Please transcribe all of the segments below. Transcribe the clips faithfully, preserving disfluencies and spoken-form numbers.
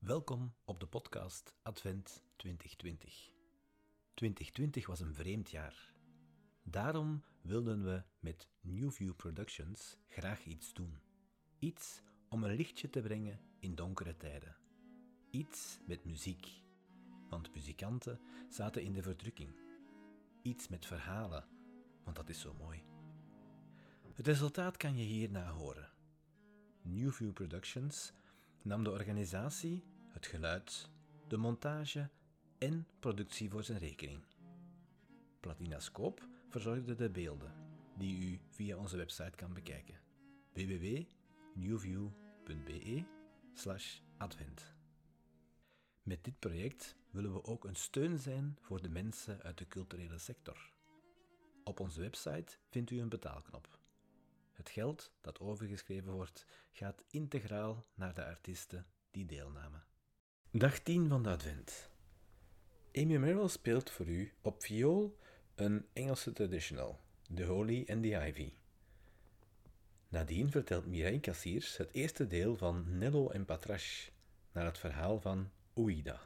Welkom op de podcast Advent twintig twintig. twintig twintig was een vreemd jaar. Daarom wilden we met Newview Productions graag iets doen. Iets om een lichtje te brengen in donkere tijden. Iets met muziek, want muzikanten zaten in de verdrukking. Iets met verhalen, want dat is zo mooi. Het resultaat kan je hierna horen. Newview Productions nam de organisatie, het geluid, de montage en productie voor zijn rekening. Platinascoop verzorgde de beelden, die u via onze website kan bekijken. w w w punt newview punt b e slash advent. Met dit project willen we ook een steun zijn voor de mensen uit de culturele sector. Op onze website vindt u een betaalknop. Het geld dat overgeschreven wordt, gaat integraal naar de artiesten die deelnamen. Dag tien van de Advent. Amy Merrill speelt voor u op viool een Engelse traditional, The Holy and the Ivy. Nadien vertelt Mireille Cassiers het eerste deel van Nello en Patrache, naar het verhaal van Ouida.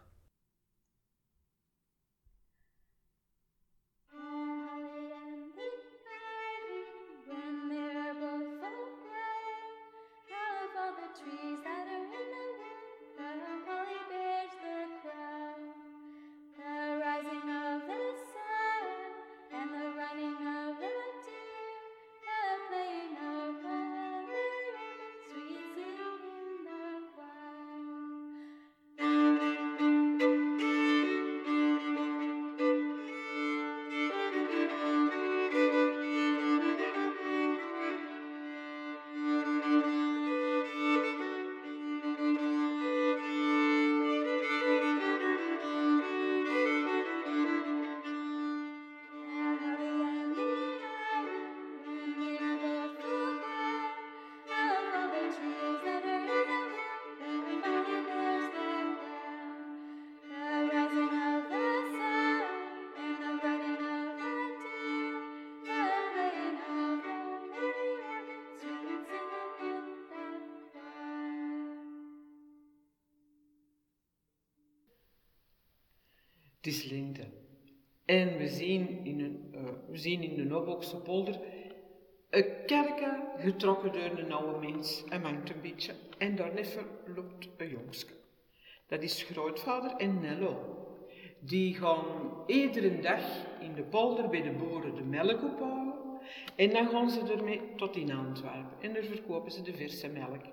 Het is lente. En we zien in, een, uh, we zien in de Nobokse polder een kerken getrokken door een oude mens. Hij mangt een beetje. En daarneven loopt een jongske. Dat is grootvader en Nello. Die gaan iedere dag in de polder bij de boeren de melk ophalen. En dan gaan ze ermee tot in Antwerpen. En daar verkopen ze de verse melk.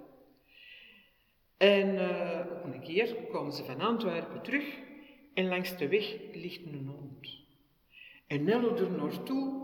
En uh, op een keer komen ze van Antwerpen terug. En langs de weg ligt een hond. En Nello er naartoe.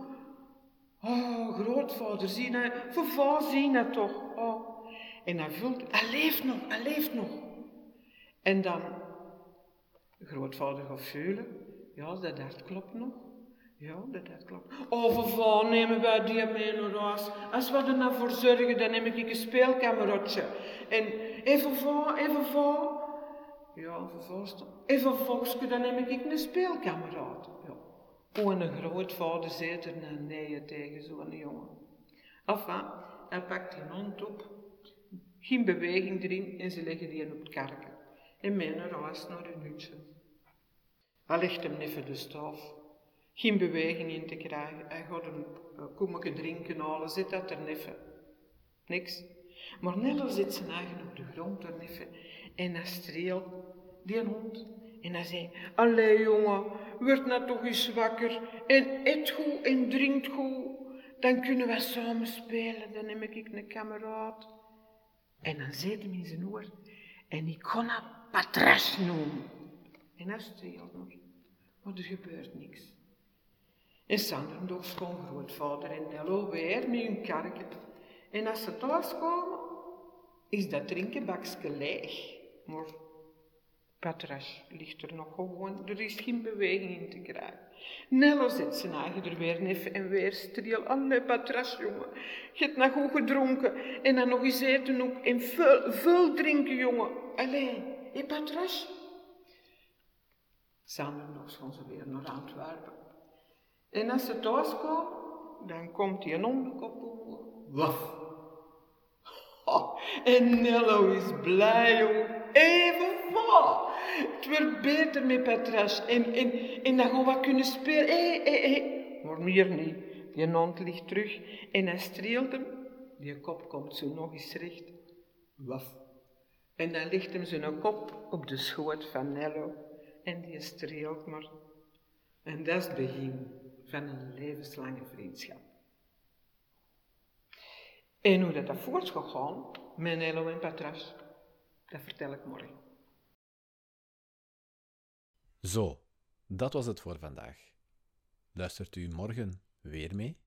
Oh, grootvader, zie nou, vava, zie nou toch. Oh. En hij voelt, hij leeft nog, hij leeft nog. En dan, grootvader gaat voelen. Ja, dat hart klopt nog. Ja, dat hart klopt. Oh, vava, nemen wij die mee naar huis. Als we er nou voor zorgen, dan neem ik een speelkameratje. En, even vava, even vava. Ja, vervolgens. En vervolgens, dan neem ik een speelkameraad. Ja. Oh, en een grootvader zit er naar nee tegen zo'n jongen. Enfin, hij pakt die hond op, geen beweging erin en ze leggen die op het karken. En mee naar huis, naar een hutje. Hij legt hem even de stof. Geen beweging in te krijgen. Hij gaat een uh, kommetje drinken halen, zit dat er even. Niks. Maar Nello zit zijn eigen op de grond er even. En hij streelt die hond. En hij zei, allee jongen, word nou toch eens wakker. En eet goed en drinkt goed. Dan kunnen we samen spelen. Dan neem ik een kameraad. En dan zet hem in zijn oor. En ik kon hem Patrache noemen. En hij streelt nog. Maar er gebeurt niks. En zanderdag komt grootvader en Nello weer met hun karken. En als ze thuis komen, is dat drinkenbakje leeg. Maar Patrache ligt er nog gewoon, er is geen beweging in te krijgen. Nello zet zijn eigen er weer neffen en weer streel. Allee, Patrache, jongen, je hebt nog goed gedronken. En dan nog eens eten ook en veel, veel drinken, jongen. Allee, hé, Patrache? Samen nog gaan ze weer naar Antwerpen. En als ze thuis komen, dan komt die een onderkop op. Waf. Oh, en Nello is blij, jong. Even wat. Het wordt beter met Petras. En, en, en dan gaan we kunnen spelen. Hé, hé, hé. Maar meer niet. Die hond ligt terug. En hij streelt hem. Die kop komt zo nog eens recht. Waf. En dan ligt hem zijn kop op de schoot van Nello. En die streelt maar. En dat is het begin van een levenslange vriendschap. En hoe dat, dat voort gegaan met Nello en Petras, dat vertel ik morgen. Zo, dat was het voor vandaag. Luistert u morgen weer mee?